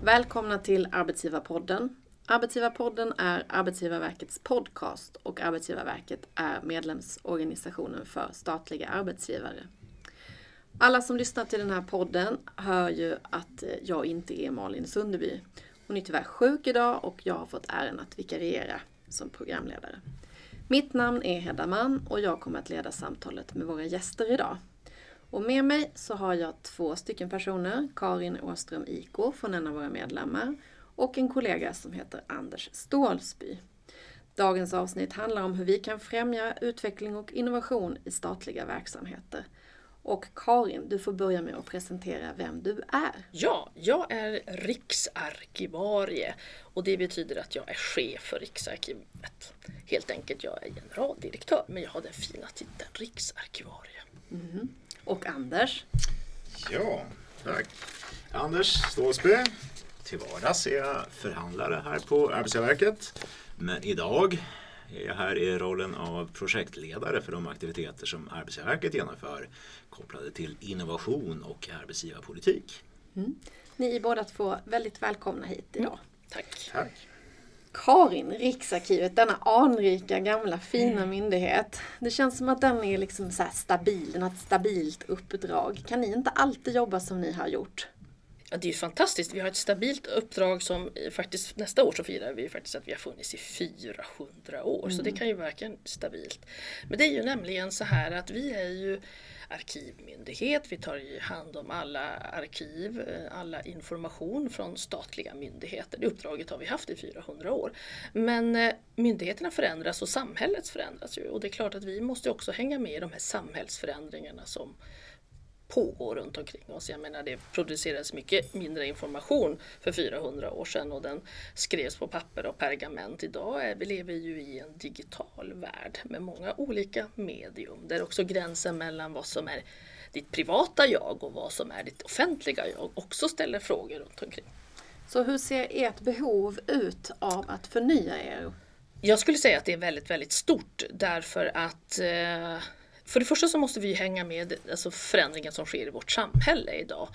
Välkomna till Arbetsgivarpodden. Arbetsgivarpodden är Arbetsgivarverkets podcast och Arbetsgivarverket är medlemsorganisationen för statliga arbetsgivare. Alla som lyssnar till den här podden hör ju att jag inte är Malin Sunderby. Hon är tyvärr sjuk idag och jag har fått äran att vikariera som programledare. Mitt namn är Hedda Mann och jag kommer att leda samtalet med våra gäster idag. Och med mig så har jag 2 personer, Karin Åström Iko från en av våra medlemmar och en kollega som heter Anders Stålsby. Dagens avsnitt handlar om hur vi kan främja utveckling och innovation i statliga verksamheter. Och Karin, du får börja med att presentera vem du är. Ja, jag är riksarkivarie och det betyder att jag är chef för Riksarkivet. Helt enkelt, jag är generaldirektör men jag har den fina titeln riksarkivarie. Mm. Och Anders? Ja, tack. Anders Stålsby. Till vardags är jag förhandlare här på Arbetsgivarverket. Men idag är jag här i rollen av projektledare för de aktiviteter som Arbetsgivarverket genomför kopplade till innovation och arbetsgivarpolitik. Mm. Ni är båda 2 väldigt välkomna hit idag. Tack. Tack. Karin, Riksarkivet, denna anrika gamla fina myndighet. Det känns som att den är liksom så här stabil, den har ett stabilt uppdrag. Kan ni inte alltid jobba som ni har gjort? Ja, det är ju fantastiskt. Vi har ett stabilt uppdrag som faktiskt nästa år så firar vi faktiskt att vi har funnits i 400 år. Så det kan ju verkligen stabilt. Men det är ju nämligen så här att vi är ju arkivmyndighet. Vi tar ju hand om alla arkiv, alla information från statliga myndigheter. Det uppdraget har vi haft i 400 år. Men myndigheterna förändras och samhället förändras ju. Och det är klart att vi måste också hänga med i de här samhällsförändringarna som pågår runt omkring oss. Jag menar, det producerades mycket mindre information för 400 år sedan och den skrevs på papper och pergament. Idag vi lever ju i en digital värld med många olika medium där också gränsen mellan vad som är ditt privata jag och vad som är ditt offentliga jag också ställer frågor runt omkring. Så hur ser ert behov ut av att förnya er? Jag skulle säga att det är väldigt, väldigt stort därför att för det första så måste vi hänga med alltså förändringen som sker i vårt samhälle idag.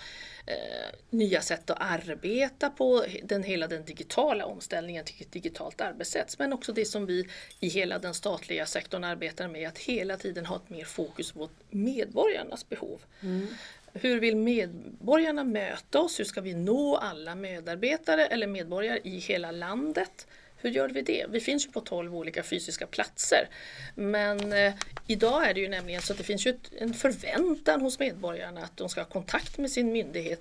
Nya sätt att arbeta på, hela den digitala omställningen till ett digitalt arbetssätt. Men också det som vi i hela den statliga sektorn arbetar med, att hela tiden ha ett mer fokus på medborgarnas behov. Hur vill medborgarna möta oss? Hur ska vi nå alla medarbetare eller medborgare i hela landet? Hur gör vi det? Vi finns ju på 12 olika fysiska platser. Men idag är det ju nämligen så att det finns ju en förväntan hos medborgarna att de ska ha kontakt med sin myndighet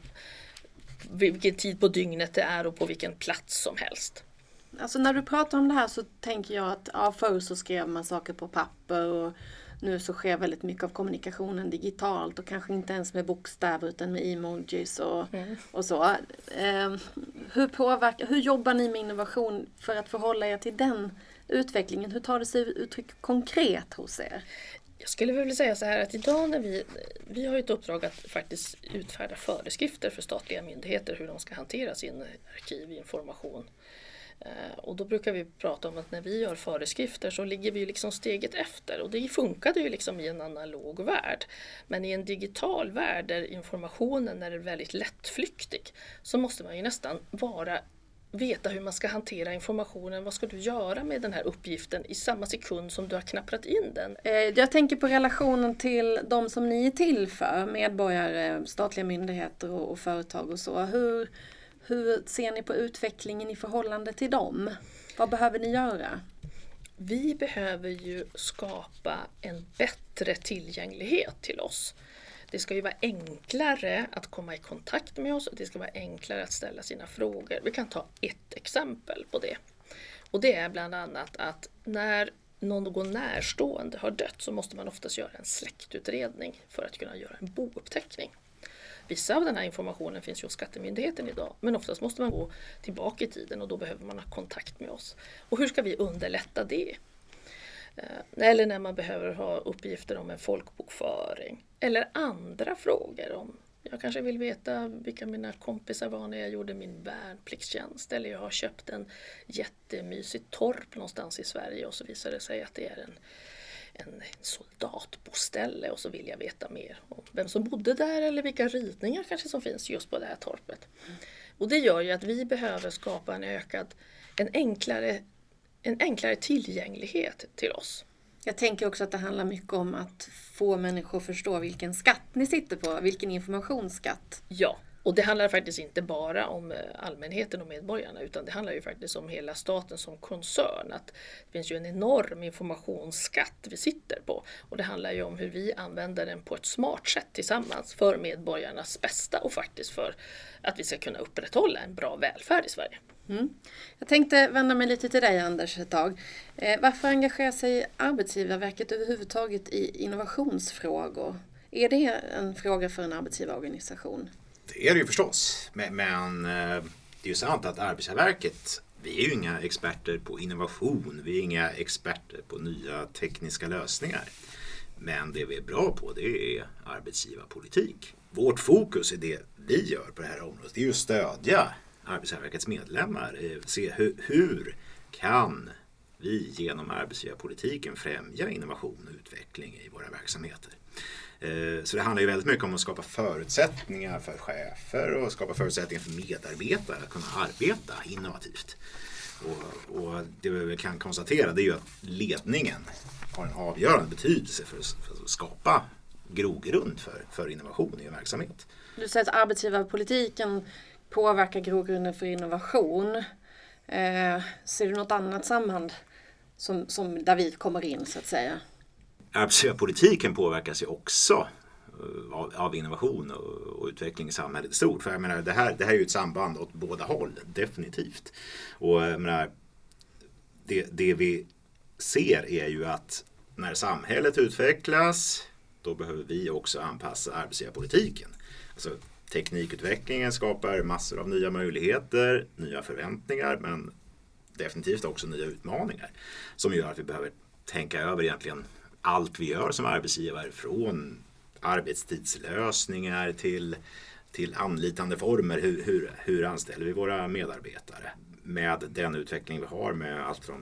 vilken tid på dygnet det är och på vilken plats som helst. Alltså när du pratar om det här så tänker jag att förr så skrev man saker på papper och nu så sker väldigt mycket av kommunikationen digitalt och kanske inte ens med bokstäver utan med emojis och så. Hur jobbar ni med innovation för att förhålla er till den utvecklingen? Hur tar det sig uttryck konkret hos er? Jag skulle vilja säga så här att idag när vi har ett uppdrag att faktiskt utfärda föreskrifter för statliga myndigheter hur de ska hantera sin arkivinformation. Och då brukar vi prata om att när vi gör föreskrifter så ligger vi liksom steget efter och det funkade ju liksom i en analog värld. Men i en digital värld där informationen är väldigt lättflyktig så måste man ju nästan veta hur man ska hantera informationen. Vad ska du göra med den här uppgiften i samma sekund som du har knapprat in den? Jag tänker på relationen till de som ni är till för, medborgare, statliga myndigheter och företag och så. Hur ser ni på utvecklingen i förhållande till dem? Vad behöver ni göra? Vi behöver ju skapa en bättre tillgänglighet till oss. Det ska ju vara enklare att komma i kontakt med oss och det ska vara enklare att ställa sina frågor. Vi kan ta ett exempel på det. Och det är bland annat att när någon närstående har dött så måste man oftast göra en släktutredning för att kunna göra en bouppteckning. Vissa av den här informationen finns ju hos Skattemyndigheten idag, men oftast måste man gå tillbaka i tiden och då behöver man ha kontakt med oss. Och hur ska vi underlätta det? Eller när man behöver ha uppgifter om en folkbokföring eller andra frågor om jag kanske vill veta vilka mina kompisar var när jag gjorde min värnpliktstjänst eller jag har köpt en jättemysig torp någonstans i Sverige och så visar det sig att det är en soldatboställe och så vill jag veta mer om vem som bodde där eller vilka ritningar kanske som finns just på det här torpet. Och det gör ju att vi behöver skapa en enklare tillgänglighet till oss. Jag tänker också att det handlar mycket om att få människor att förstå vilken skatt ni sitter på, vilken informationsskatt. Ja, och det handlar faktiskt inte bara om allmänheten och medborgarna, utan det handlar ju faktiskt om hela staten som koncern. Att det finns ju en enorm informationsskatt vi sitter på, och det handlar ju om hur vi använder den på ett smart sätt tillsammans för medborgarnas bästa och faktiskt för att vi ska kunna upprätthålla en bra välfärd i Sverige. Mm. Jag tänkte vända mig lite till dig, Anders, ett tag. Varför engagerar sig Arbetsgivarverket överhuvudtaget i innovationsfrågor? Är det en fråga för en arbetsgivarorganisation? Det är det ju förstås, men det är ju sant att Arbetsgivarverket, vi är ju inga experter på innovation, vi är inga experter på nya tekniska lösningar. Men det vi är bra på, det är arbetsgivarpolitik. Vårt fokus i det vi gör på det här området, det är ju att stödja Arbetsgivarverkets medlemmar, se hur kan vi genom arbetsgivarpolitiken främja innovation och utveckling i våra verksamheter. Så det handlar ju väldigt mycket om att skapa förutsättningar för chefer och skapa förutsättningar för medarbetare att kunna arbeta innovativt. Och det vi kan konstatera, det är ju att ledningen har en avgörande betydelse för att skapa grogrund för innovation i en verksamhet. Du säger att arbetsgivarpolitiken påverkar grogrunden för innovation. Ser du något annat samband som där vi kommer in, så att säga? Arbetsgivarpolitiken påverkas ju också av innovation och utveckling i samhället stort. För jag menar, det här är ju ett samband åt båda håll, definitivt. Och jag menar, det vi ser är ju att när samhället utvecklas, då behöver vi också anpassa arbetsgivarpolitiken. Alltså, teknikutvecklingen skapar massor av nya möjligheter, nya förväntningar, men definitivt också nya utmaningar som gör att vi behöver tänka över egentligen allt vi gör som arbetsgivare, från arbetstidslösningar till anlitande former. Hur anställer vi våra medarbetare? Med den utveckling vi har med allt från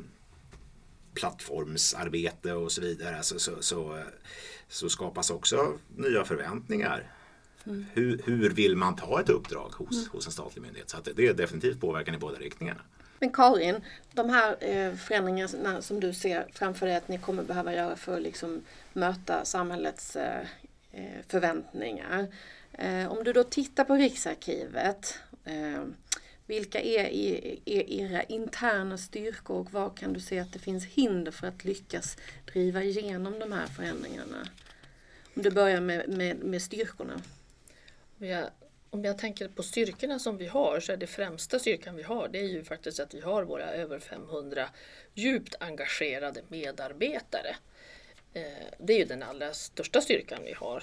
plattformsarbete och så vidare, så skapas också nya förväntningar. Mm. Hur vill man ta ett uppdrag hos en statlig myndighet? Så att det är definitivt påverkan i båda riktningarna. Men Karin, de här förändringarna som du ser framför dig att ni kommer behöva göra för att liksom möta samhällets förväntningar. Om du då tittar på Riksarkivet, vilka är era interna styrkor och vad kan du se att det finns hinder för att lyckas driva igenom de här förändringarna? Om du börjar med styrkorna. Om jag tänker på styrkorna som vi har, så är det främsta styrkan vi har, det är ju faktiskt att vi har våra över 500 djupt engagerade medarbetare. Det är ju den allra största styrkan vi har.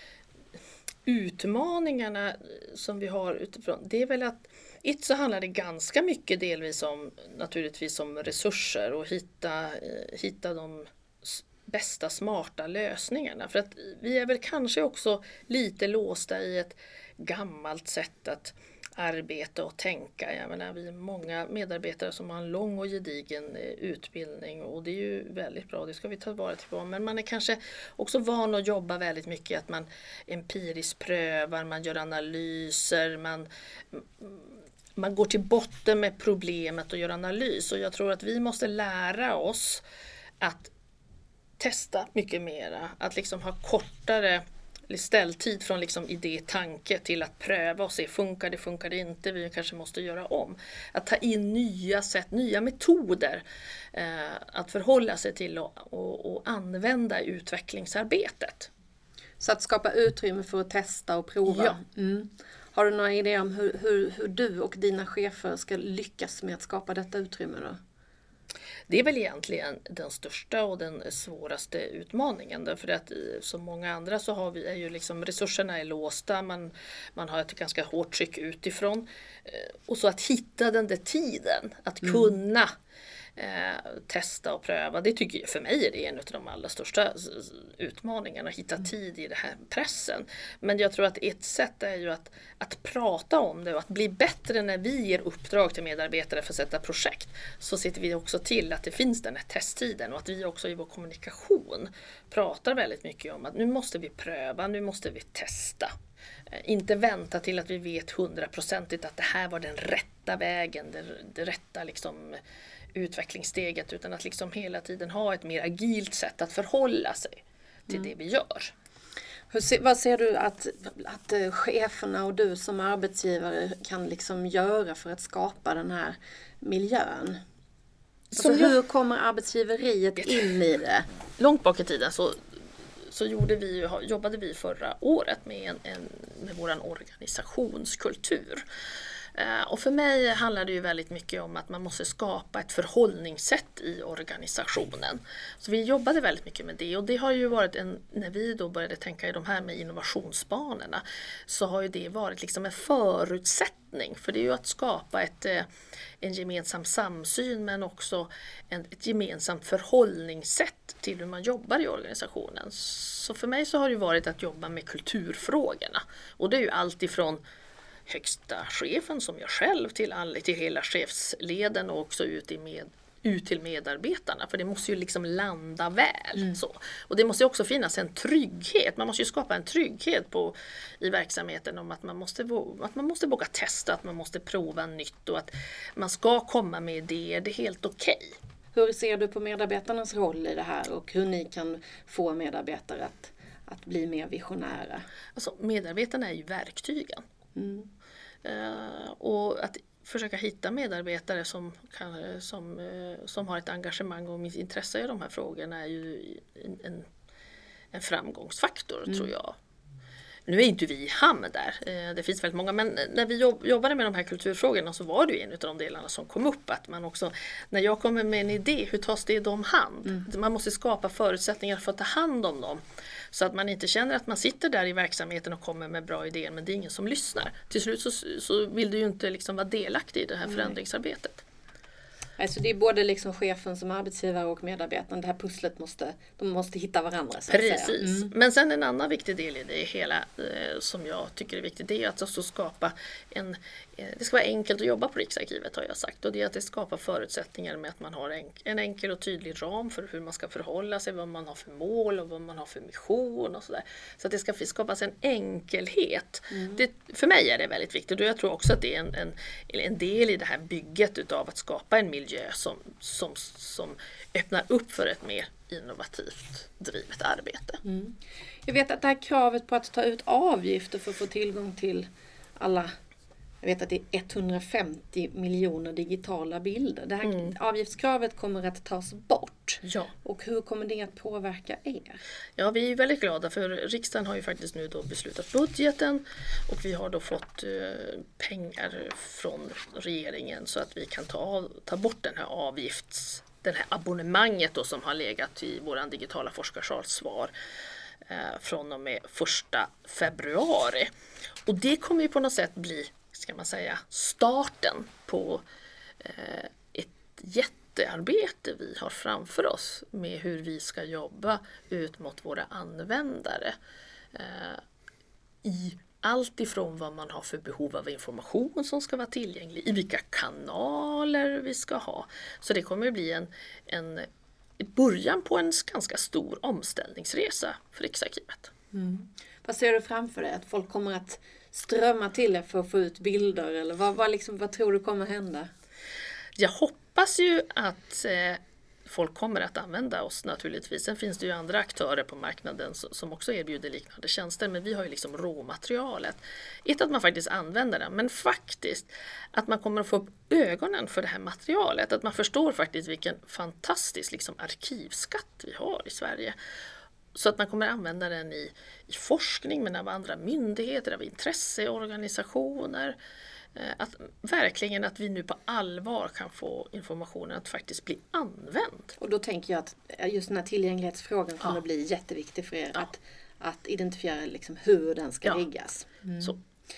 Utmaningarna som vi har utifrån, det är väl att så handlar det ganska mycket delvis om, naturligtvis om resurser och hitta de bästa smarta lösningarna. För att vi är väl kanske också lite låsta i ett gammalt sätt att arbeta och tänka. Jag menar, vi är många medarbetare som har en lång och gedigen utbildning och det är ju väldigt bra, det ska vi ta vara på. Men man är kanske också van att jobba väldigt mycket, att man empiriskt prövar, man gör analyser, man går till botten med problemet och gör analys. Och jag tror att vi måste lära oss att testa mycket mera, att liksom ha kortare ställtid från liksom idé, tanke till att pröva och se, funkar det inte, vi kanske måste göra om. Att ta in nya sätt, nya metoder att förhålla sig till och använda i utvecklingsarbetet. Så att skapa utrymme för att testa och prova. Ja. Mm. Har du några idéer om hur du och dina chefer ska lyckas med att skapa detta utrymme då? Det är väl egentligen den största och den svåraste utmaningen. Därför att som många andra så är ju liksom resurserna är låsta. Man har ett ganska hårt tryck utifrån. Och så att hitta den där tiden. Att kunna testa och pröva. Det tycker jag, för mig är det en av de allra största utmaningarna, att hitta tid i den här pressen. Men jag tror att ett sätt är ju att prata om det och att bli bättre när vi ger uppdrag till medarbetare för att sätta projekt. Så ser vi också till att det finns den här testtiden och att vi också i vår kommunikation pratar väldigt mycket om att nu måste vi pröva, nu måste vi testa. Inte vänta till att vi vet 100% att det här var den rätta vägen, det rätta liksom utvecklingssteget, utan att liksom hela tiden ha ett mer agilt sätt att förhålla sig till det vi gör. Vad ser du att cheferna och du som arbetsgivare kan liksom göra för att skapa den här miljön? Alltså kommer arbetsgiveriet in i det? Långt bak i tiden så jobbade vi förra året med vår organisationskultur. Och för mig handlar det ju väldigt mycket om att man måste skapa ett förhållningssätt i organisationen. Så vi jobbade väldigt mycket med det, och det har ju varit när vi då började tänka i de här med innovationsbanorna, så har ju det varit liksom en förutsättning, för det är ju att skapa en gemensam samsyn, men också ett gemensamt förhållningssätt till hur man jobbar i organisationen. Så för mig så har det varit att jobba med kulturfrågorna, och det är ju allt ifrån högsta chefen som jag själv till hela chefsleden och också ut till medarbetarna, för det måste ju liksom landa väl. Så. Och det måste också finnas en trygghet, man måste ju skapa en trygghet i verksamheten om att man måste våga testa, att man måste prova nytt och att man ska komma med idéer, det är helt okej. Hur ser du på medarbetarnas roll i det här och hur ni kan få medarbetare att bli mer visionära? Alltså, medarbetarna är ju verktygen. Och att försöka hitta medarbetare som har ett engagemang och intresse i de här frågorna är ju en framgångsfaktor, tror jag. Nu är inte vi i hamn där, det finns väldigt många, men när vi jobbade med de här kulturfrågorna så var det ju en av de delarna som kom upp, att man också, när jag kommer med en idé, hur tas det om hand? Man måste skapa förutsättningar för att ta hand om dem, så att man inte känner att man sitter där i verksamheten och kommer med bra idéer, men det är ingen som lyssnar. Till slut så vill du ju inte liksom vara delaktig i det här förändringsarbetet. Alltså det är både liksom chefen som arbetsgivare och medarbetaren. Det här pusslet de måste hitta varandra. Så precis. Men sen en annan viktig del i det hela som jag tycker är viktigt, det är att också skapa det ska vara enkelt att jobba på Riksarkivet, har jag sagt. Och det är att det skapar förutsättningar med att man har en enkel och tydlig ram för hur man ska förhålla sig, vad man har för mål och vad man har för mission och sådär. Så att det ska skapas en enkelhet. För mig är det väldigt viktigt, och jag tror också att det är en del i det här bygget utav att skapa en miljö som öppnar upp för ett mer innovativt drivet arbete. Jag vet att det här kravet på att ta ut avgifter för att få tillgång till alla, jag vet att det är 150 miljoner digitala bilder. Det här avgiftskravet kommer att tas bort. Ja. Och hur kommer det att påverka er? Ja, vi är väldigt glada, för riksdagen har ju faktiskt nu då beslutat budgeten, och vi har då fått pengar från regeringen så att vi kan ta bort den här abonnemanget då, som har legat i våran digitala forskarsalssvar från och med 1 februari. Och det kommer ju på något sätt bli, ska man säga, starten på ett jättearbete vi har framför oss med hur vi ska jobba ut mot våra användare i allt ifrån vad man har för behov av information som ska vara tillgänglig, i vilka kanaler vi ska ha. Så det kommer att bli en början på en ganska stor omställningsresa för Riksarkivet. Vad ser du framför dig? Att folk kommer att strömma till er för att få ut bilder? Eller vad tror du kommer hända? Jag hoppas ju att folk kommer att använda oss naturligtvis. Sen finns det ju andra aktörer på marknaden som också erbjuder liknande tjänster, men vi har ju liksom råmaterialet. Inte att man faktiskt använder det, men faktiskt att man kommer att få upp ögonen för det här materialet. Att man förstår faktiskt vilken fantastisk liksom arkivskatt vi har i Sverige. Så att man kommer att använda den i forskning, men av andra myndigheter, av intresseorganisationer. Att vi nu på allvar kan få informationen att faktiskt bli använd. Och då tänker jag att just den här tillgänglighetsfrågan kommer att bli jätteviktig för er. Att identifiera liksom hur den ska riggas. Så.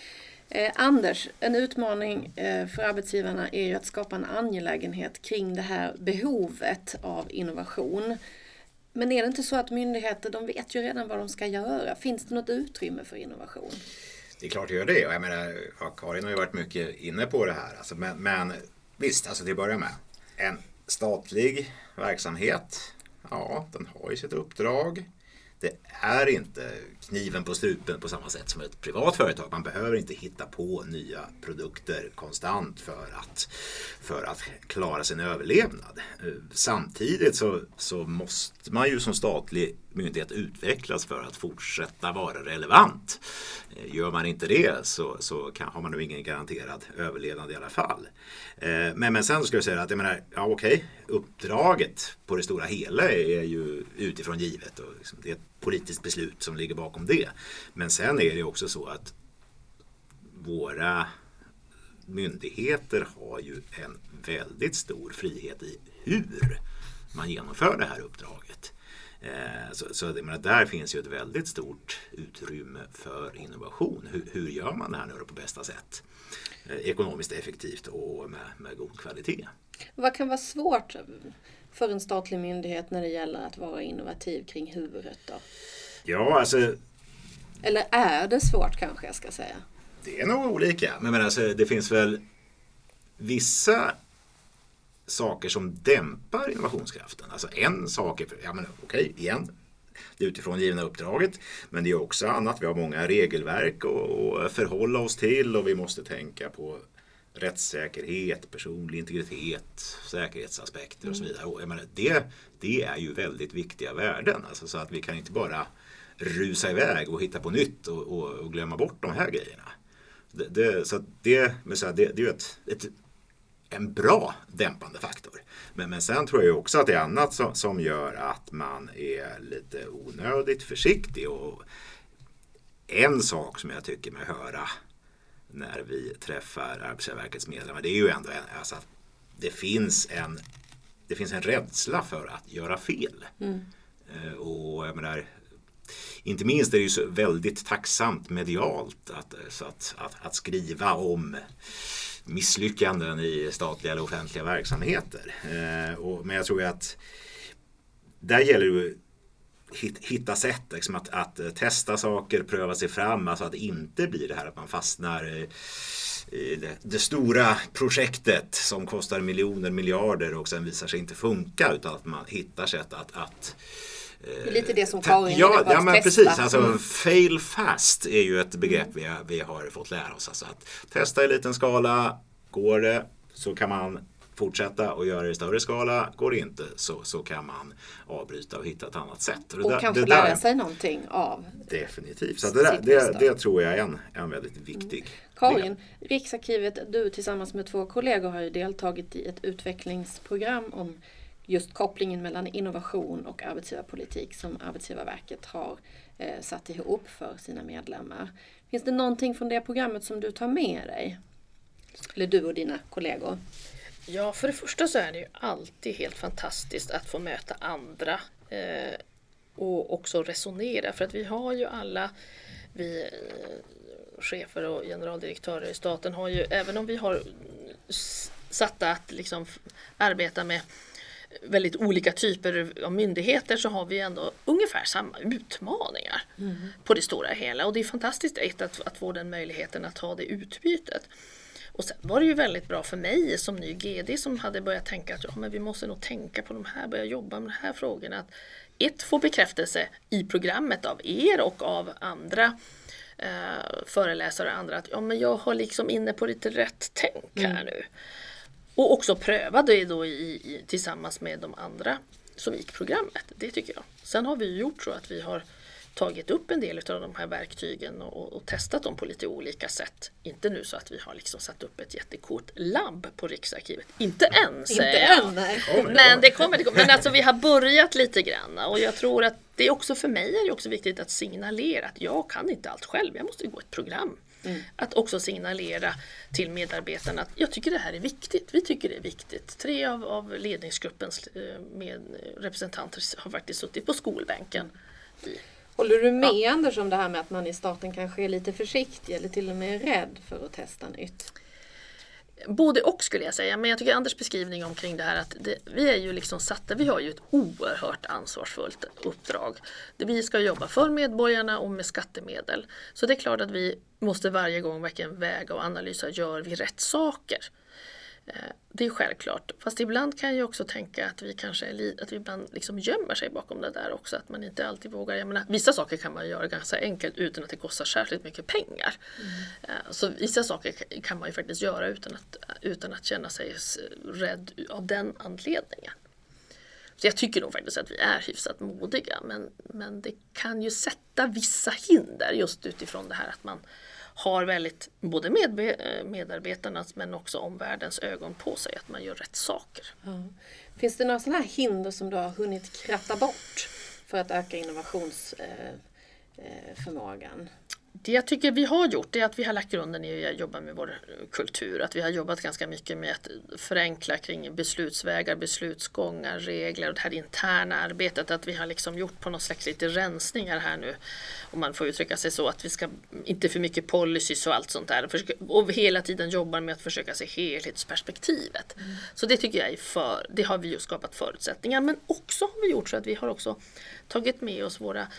Anders, en utmaning för arbetsgivarna är ju att skapa en angelägenhet kring det här behovet av innovation. Men är det inte så att myndigheter, de vet ju redan vad de ska göra? Finns det något utrymme för innovation? Det är klart det gör det. Jag menar, Karin har ju varit mycket inne på det här. Alltså, men visst, alltså till att börja med. En statlig verksamhet, ja, den har ju sitt uppdrag. Det är inte kniven på strupen på samma sätt som ett privat företag. Man behöver inte hitta på nya produkter konstant för att klara sin överlevnad. Samtidigt så måste man ju som statlig myndighet utvecklas för att fortsätta vara relevant. Gör man inte det så har man nog ingen garanterad överlevnad i alla fall. Men sen skulle jag säga att jag menar, ja, okej, uppdraget på det stora hela är ju utifrån givet och liksom, det är ett politiskt beslut som ligger bakom det. Men sen är det också så att våra myndigheter har ju en väldigt stor frihet i hur man genomför det här uppdraget. Så jag menar, där finns ju ett väldigt stort utrymme för innovation. Hur gör man det här nu på bästa sätt? Ekonomiskt effektivt och med god kvalitet. Vad kan vara svårt för en statlig myndighet när det gäller att vara innovativ kring huvudet då? Ja, alltså... Eller är det svårt kanske jag ska säga? Det är nog olika. Men alltså, det finns väl vissa saker som dämpar innovationskraften. Alltså en sak är, ja men okej, igen, det är utifrån givna uppdraget, men det är också annat. Vi har många regelverk att förhålla oss till och vi måste tänka på rättssäkerhet, personlig integritet, säkerhetsaspekter och så vidare. Och jag menar, det är ju väldigt viktiga värden. Alltså, så att vi kan inte bara rusa iväg och hitta på nytt och glömma bort de här grejerna. Det är ju en bra dämpande faktor. Men sen tror jag också att det är annat som gör att man är lite onödigt försiktig. Och en sak som jag tycker mig höra när vi träffar Arbetsgivarverkets medlemmar, det är ju ändå alltså att det finns en rädsla för att göra fel. Och jag menar, inte minst är det ju så väldigt tacksamt medialt att skriva om misslyckanden i statliga eller offentliga verksamheter. Men jag tror att där gäller det att hitta sätt liksom, att testa saker, pröva sig fram, alltså att det inte blir det här att man fastnar i det stora projektet som kostar miljoner, miljarder och sen visar sig inte funka, utan att man hittar sätt att det är lite det som Karin ja, men precis. Alltså, fail fast är ju ett begrepp vi har fått lära oss. Alltså att testa i liten skala, går det så kan man fortsätta och göra det i större skala. Går det inte så kan man avbryta och hitta ett annat sätt. Och kanske lära sig någonting av. Definitivt. Så det tror jag är en väldigt viktig Karin, Riksarkivet, du tillsammans med 2 kollegor har ju deltagit i ett utvecklingsprogram om just kopplingen mellan innovation och arbetsgivarpolitik som Arbetsgivarverket har satt ihop för sina medlemmar. Finns det någonting från det programmet som du tar med dig? Eller du och dina kollegor? Ja, för det första så är det ju alltid helt fantastiskt att få möta andra och också resonera. För att vi har ju alla, vi chefer och generaldirektörer i staten har ju, även om vi har satta att liksom arbeta med väldigt olika typer av myndigheter, så har vi ändå ungefär samma utmaningar på det stora hela. Och det är fantastiskt att få den möjligheten att ha det utbytet. Och sen var det ju väldigt bra för mig som ny GD som hade börjat tänka att men vi måste nog tänka på de här, börja jobba med de här frågorna. Att få bekräftelse i programmet av er och av andra föreläsare och andra att men jag har liksom inne på lite rätt tänk här nu. Och också pröva det då tillsammans med de andra som gick programmet. Det tycker jag. Sen har vi gjort så att vi har tagit upp en del av de här verktygen och testat dem på lite olika sätt. Inte nu så att vi har liksom satt upp ett jättekort labb på Riksarkivet. Inte än, säger jag. Men det kommer. Men alltså vi har börjat lite grann. Och jag tror att det är också för mig är det också viktigt att signalera att jag kan inte allt själv. Jag måste gå ett program. Att också signalera till medarbetarna att jag tycker det här är viktigt. Vi tycker det är viktigt. 3 av ledningsgruppens med representanter har faktiskt suttit på skolbänken. Håller du med Anders om det här med att man i starten kanske är lite försiktig eller till och med rädd för att testa nytt? Både och skulle jag säga, men jag tycker Anders beskrivning omkring det här att vi är ju liksom satta, vi har ju ett oerhört ansvarsfullt uppdrag. Vi ska jobba för medborgarna och med skattemedel. Så det är klart att vi måste varje gång verkligen väga och analysera, gör vi rätt saker? Det är självklart. Fast ibland kan jag också tänka att vi kanske att vi ibland liksom gömmer sig bakom det där också. Att man inte alltid vågar. Jag menar, vissa saker kan man göra ganska enkelt utan att det kostar särskilt mycket pengar. Så vissa saker kan man ju faktiskt göra utan att känna sig rädd av den anledningen. Så jag tycker nog faktiskt att vi är hyfsat modiga. Men det kan ju sätta vissa hinder just utifrån det här att man har väldigt både medarbetarnas men också omvärldens ögon på sig att man gör rätt saker. Ja. Finns det några sådana här hinder som du har hunnit kratta bort för att öka innovationsförmågan? Det jag tycker vi har gjort är att vi har lagt grunden i att jobba med vår kultur. Att vi har jobbat ganska mycket med att förenkla kring beslutsvägar, beslutsgångar, regler och det här interna arbetet. Att vi har liksom gjort på något slags lite rensningar här nu. Om man får uttrycka sig så att vi ska inte för mycket policies och allt sånt där. Och hela tiden jobbar med att försöka se helhetsperspektivet. Så det tycker jag det har vi ju skapat förutsättningar. Men också har vi gjort så att vi har också tagit med oss våra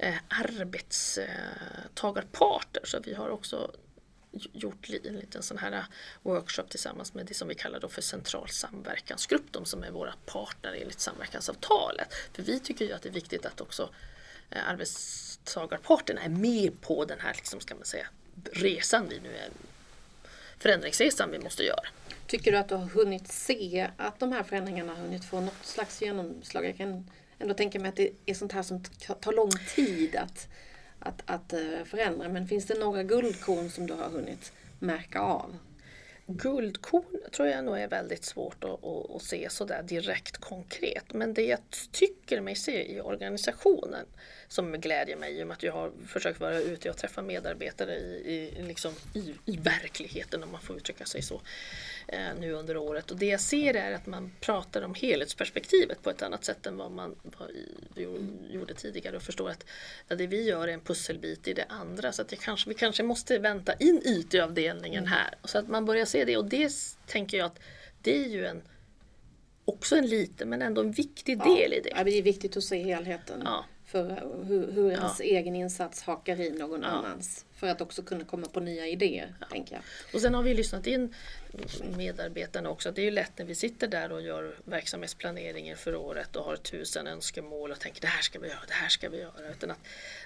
arbetstagarparter. Så vi har också gjort en liten sån här workshop tillsammans med det som vi kallar då för central samverkansgrupp. De som är våra partner enligt samverkansavtalet. För vi tycker ju att det är viktigt att också arbetstagarparterna är med på den här liksom, ska man säga, resan vi nu är, förändringsresan vi måste göra. Tycker du att du har hunnit se att de här förändringarna har hunnit få något slags genomslag? Jag kan ändå tänka mig att det är sånt här som tar lång tid att förändra. Men finns det några guldkorn som du har hunnit märka av? Guldkorn tror jag nog är väldigt svårt att se så där direkt konkret. Men det jag tycker mig se i organisationen som glädjer mig i och med att jag har försökt vara ute och träffa medarbetare i verkligheten om man får uttrycka sig så nu under året. Och det jag ser är att man pratar om helhetsperspektivet på ett annat sätt än vad man gjorde tidigare och förstår att det vi gör är en pusselbit i det andra. Så att vi kanske måste vänta in IT-avdelningen här. Så att man börjar se det och det tänker jag att det är ju också en liten men ändå en viktig del i det. Ja, det är viktigt att se helheten. Ja. För hur ens egen insats hakar i någon annans. För att också kunna komma på nya idéer, tänker jag. Och sen har vi lyssnat in medarbetarna också. Det är ju lätt när vi sitter där och gör verksamhetsplaneringen för året och har 1000 önskemål och tänker det här ska vi göra, det här ska vi göra. Utan att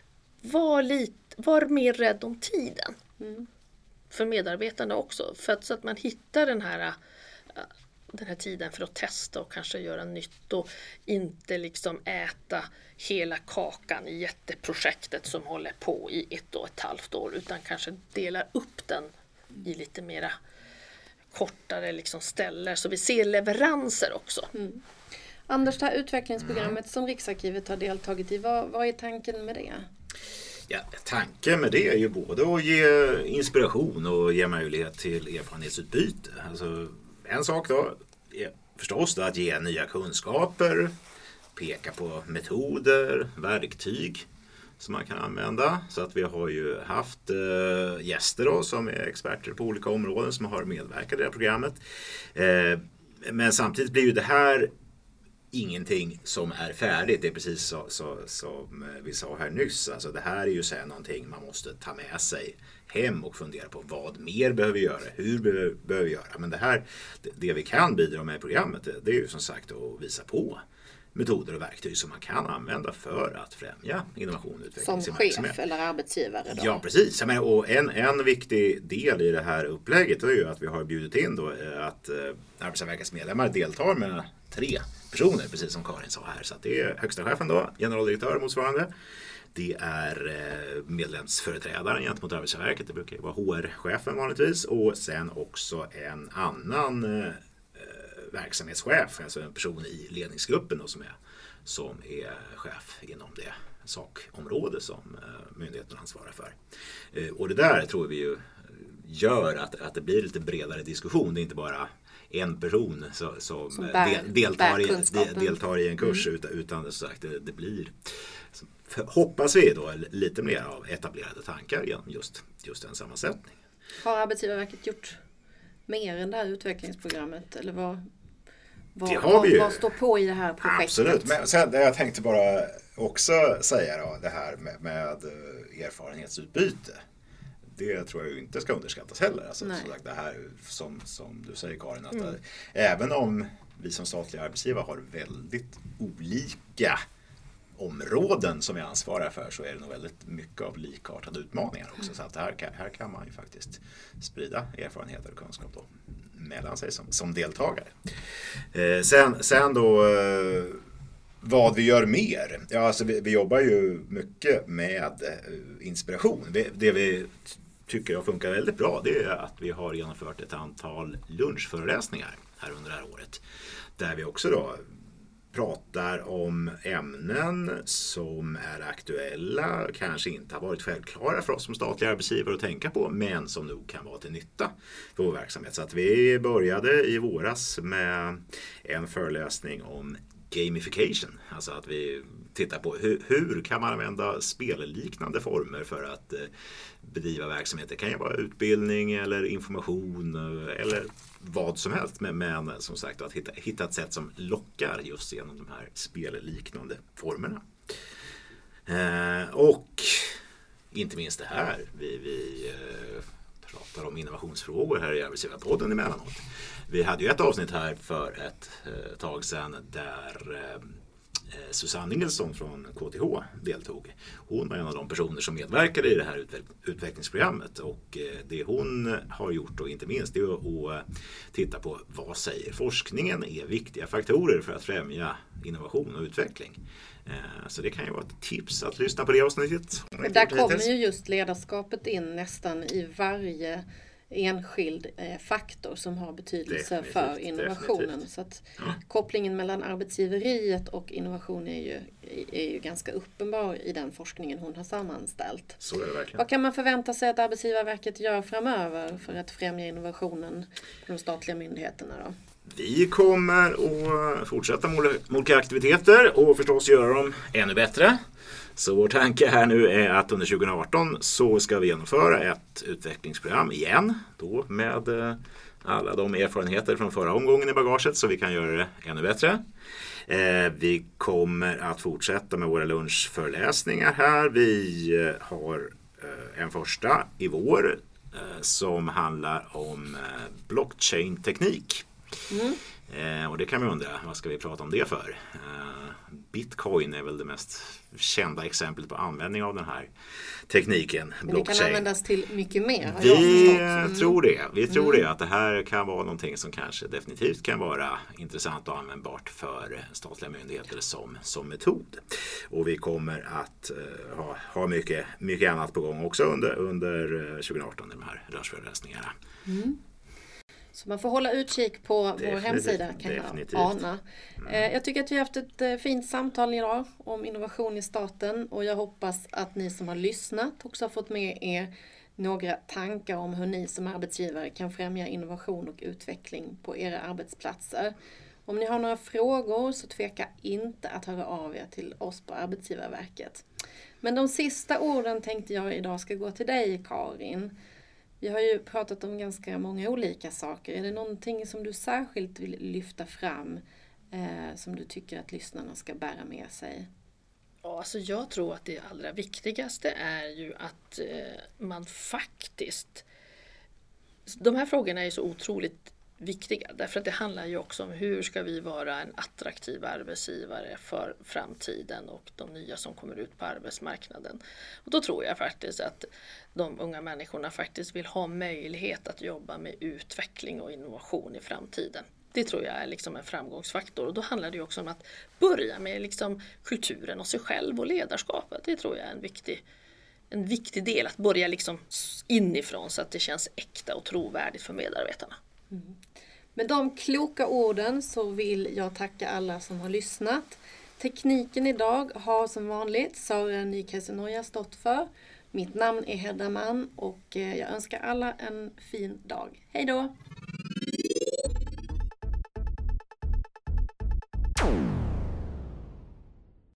var mer rädd om tiden. För medarbetarna också. Så att man hittar den här tiden för att testa och kanske göra nytt och inte liksom äta hela kakan i jätteprojektet som håller på i 1,5 år utan kanske delar upp den i lite mera kortare liksom ställen så vi ser leveranser också. Anders, det här utvecklingsprogrammet som Riksarkivet har deltagit i, vad är tanken med det? Ja, tanken med det är ju både att ge inspiration och ge möjlighet till erfarenhetsutbyte. Alltså, en sak då är förstås då att ge nya kunskaper, peka på metoder, verktyg som man kan använda. Så att vi har ju haft gäster då, som är experter på olika områden som har medverkat i det här programmet. Men samtidigt blir ju det här ingenting som är färdigt. Det är precis som vi sa här nyss. Alltså det här är ju så här någonting man måste ta med sig hem och fundera på vad mer behöver vi göra, hur behöver vi göra. Men det vi kan bidra med i programmet det är ju som sagt att visa på metoder och verktyg som man kan använda för att främja innovation och utveckling. Som chef eller arbetsgivare då? Ja, precis. Och en viktig del i det här upplägget är ju att vi har bjudit in då att Arbetsgivarverkets medlemmar deltar med 3 personer, precis som Karin sa här. Så att det är högsta chefen då, generaldirektör motsvarande. Det är medlemsföreträdaren gentemot Arbetsgivarverket, det brukar ju vara HR-chefen vanligtvis. Och sen också en annan verksamhetschef, alltså en person i ledningsgruppen då, som är chef inom det sakområde som myndigheten ansvarar för. Och det där tror vi ju gör att det blir lite bredare diskussion. Det är inte bara en person som deltar i en kurs utan som sagt, det blir, hoppas vi då, lite mer av etablerade tankar genom just den sammansättningen. Har Arbetsgivarverket gjort mer än det här utvecklingsprogrammet? Eller vad står på i det här projektet? Absolut, men sen, jag tänkte bara också säga då, det här med erfarenhetsutbyte. Det tror jag ju inte ska underskattas heller. Alltså, så det här som du säger, Karin, att även om vi som statliga arbetsgivare har väldigt olika områden som vi ansvarar för, så är det nog väldigt mycket av likartade utmaningar också. Så att här kan man ju faktiskt sprida erfarenheter och kunskap då mellan sig som deltagare. Sen då vad vi gör mer. Ja, alltså vi jobbar ju mycket med inspiration. Det vi tycker funkar väldigt bra, det är att vi har genomfört ett antal lunchföreläsningar här under det här året. Där vi också då pratar om ämnen som är aktuella, kanske inte har varit självklara för oss som statliga arbetsgivare att tänka på, men som nog kan vara till nytta för vår verksamhet. Så att vi började i våras med en föreläsning om gamification, alltså att vi tittar på hur kan man använda spelliknande former för att bedriva verksamhet. Det kan ju vara utbildning eller information eller vad som helst, men som sagt att hitta ett sätt som lockar just genom de här spelliknande formerna. Och inte minst det här, vi pratar om innovationsfrågor här i Arbetsgivarpodden emellanåt. Vi hade ju ett avsnitt här för ett tag sedan där Susanne Nilsson från KTH deltog. Hon var en av de personer som medverkade i det här utvecklingsprogrammet, och det hon har gjort och inte minst det är att titta på vad säger forskningen är viktiga faktorer för att främja innovation och utveckling. Så det kan ju vara ett tips att lyssna på det avsnittet. Där kommer ju just ledarskapet in nästan i varje enskild faktor som har betydelse för innovationen. Definitivt. Så att kopplingen mellan arbetsgiveriet och innovation är ju ganska uppenbar i den forskningen hon har sammanställt. Så är det verkligen. Vad kan man förvänta sig att Arbetsgivarverket gör framöver för att främja innovationen på de statliga myndigheterna då? Vi kommer att fortsätta med olika aktiviteter och förstås göra dem ännu bättre. Så vår tanke här nu är att under 2018 så ska vi genomföra ett utvecklingsprogram igen. Då med alla de erfarenheter från förra omgången i bagaget, så vi kan göra det ännu bättre. Vi kommer att fortsätta med våra lunchföreläsningar här. Vi har en första i vår som handlar om blockchain-teknik. Och det kan vi undra, vad ska vi prata om det för? Bitcoin är väl det mest kända exemplet på användning av den här tekniken. Men det kan användas till mycket mer. Vi tror det, att det här kan vara någonting som kanske definitivt kan vara intressant och användbart för statliga myndigheter som metod. Och vi kommer att ha mycket annat på gång också under 2018 i de här lunchföreläsningarna. Så man får hålla utkik på vår hemsida, kan jag ana. Jag tycker att vi har haft ett fint samtal idag om innovation i staten, och jag hoppas att ni som har lyssnat också har fått med er några tankar om hur ni som arbetsgivare kan främja innovation och utveckling på era arbetsplatser. Om ni har några frågor så tveka inte att höra av er till oss på Arbetsgivarverket. Men de sista orden tänkte jag idag ska gå till dig, Karin. Vi har ju pratat om ganska många olika saker. Är det någonting som du särskilt vill lyfta fram som du tycker att lyssnarna ska bära med sig? Ja, alltså jag tror att det allra viktigaste är ju att man faktiskt... De här frågorna är så otroligt viktiga, därför att det handlar ju också om hur ska vi vara en attraktiv arbetsgivare för framtiden och de nya som kommer ut på arbetsmarknaden. Och då tror jag faktiskt att de unga människorna faktiskt vill ha möjlighet att jobba med utveckling och innovation i framtiden. Det tror jag är liksom en framgångsfaktor, och då handlar det ju också om att börja med liksom kulturen och sig själv och ledarskapet. Det tror jag är en viktig del, att börja liksom inifrån så att det känns äkta och trovärdigt för medarbetarna. Med de kloka orden så vill jag tacka alla som har lyssnat. Tekniken idag har som vanligt Sara Nykäsenoja stått för. Mitt namn är Hedda Mann och jag önskar alla en fin dag. Hej då!